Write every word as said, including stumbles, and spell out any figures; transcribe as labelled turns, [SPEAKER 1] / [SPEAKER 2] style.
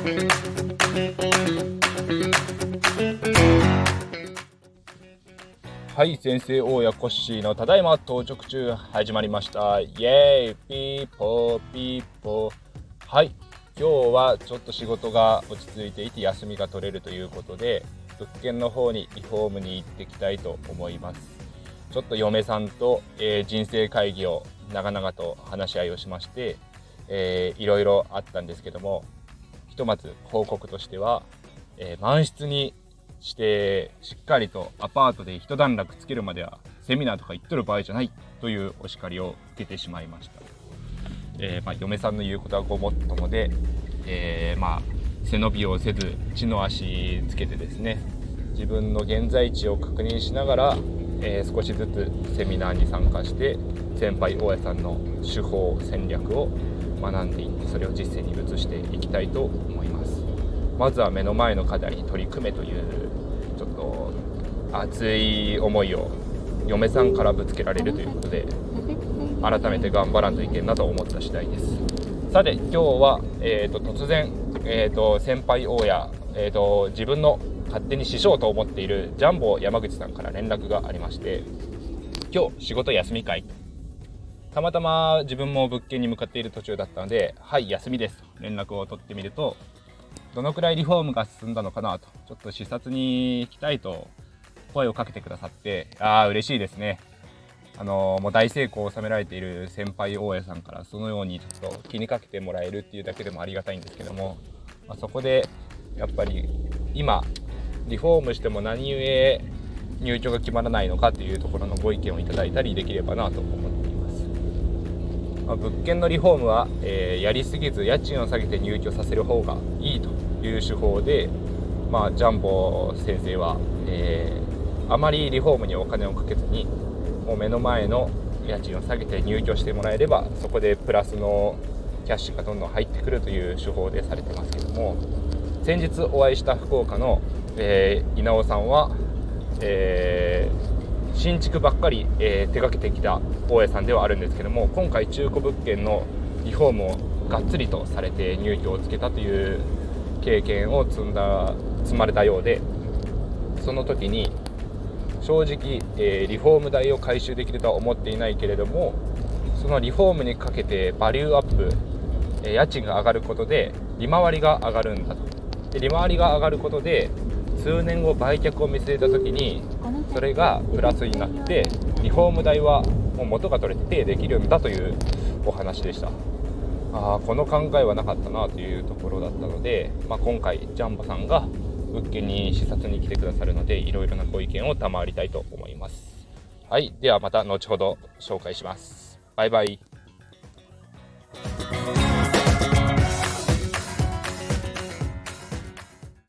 [SPEAKER 1] はい、先生大家コッシーのただいま到着中、始まりました。イエーイ、ピーポーピーポー。はい、今日はちょっと仕事が落ち着いていて休みが取れるということで、物件の方にリフォームに行ってきたいと思います。ちょっと嫁さんと、えー、人生会議を長々と話し合いをしまして、えー、いろいろあったんですけども、ひとまず報告としては、えー、満室にしてしっかりとアパートで一段落つけるまではセミナーとか行っとる場合じゃないというお叱りを受けてしまいました。えーまあ、嫁さんの言うことはごもっともで、えーまあ、背伸びをせず地の足つけてですね、自分の現在地を確認しながら、えー、少しずつセミナーに参加して先輩大家さんの手法戦略を学んでいって、それを実践に移していきたいと思います。まずは目の前の課題に取り組めというちょっと熱い思いを嫁さんからぶつけられるということで、改めて頑張らんといけんなと思った次第です。さて今日は、えー、と突然、えー、と先輩大家、えー、と自分の勝手に師匠と思っているジャンボ山口さんから連絡がありまして、今日仕事休みかいと。たまたま自分も物件に向かっている途中だったので、はい休みですと連絡を取ってみると、どのくらいリフォームが進んだのかなと、ちょっと視察に行きたいと声をかけてくださって、ああ嬉しいですね。あのー、もう大成功を収められている先輩大家さんからそのようにちょっと気にかけてもらえるっていうだけでもありがたいんですけども、まあ、そこでやっぱり今リフォームしても何故入居が決まらないのかというところのご意見をいただいたりできればなと思っています。まあ、物件のリフォームは、えー、やりすぎず家賃を下げて入居させる方がいいという手法で、まあ、ジャンボ先生は、えー、あまりリフォームにお金をかけずに、もう目の前の家賃を下げて入居してもらえれば、そこでプラスのキャッシュがどんどん入ってくるという手法でされてますけども、先日お会いした福岡の、えー、稲尾さんは、えー、新築ばっかり、えー、手掛けてきた大家さんではあるんですけども、今回中古物件のリフォームをがっつりとされて入居をつけたという経験を積んだ積まれたようで、その時に正直、えー、リフォーム代を回収できるとは思っていないけれども、そのリフォームにかけてバリューアップ、えー、家賃が上がることで利回りが上がるんだと。で利回りが上がることで数年後売却を見据えた時にそれがプラスになってリフォーム代はもう元が取れてペイできるんだというお話でした。あこの考えはなかったなというところだったので、まあ、今回ジャンボさんが物件に視察に来てくださるので、いろいろなご意見を賜りたいと思います。はい、ではまた後ほど紹介します。バイバイ。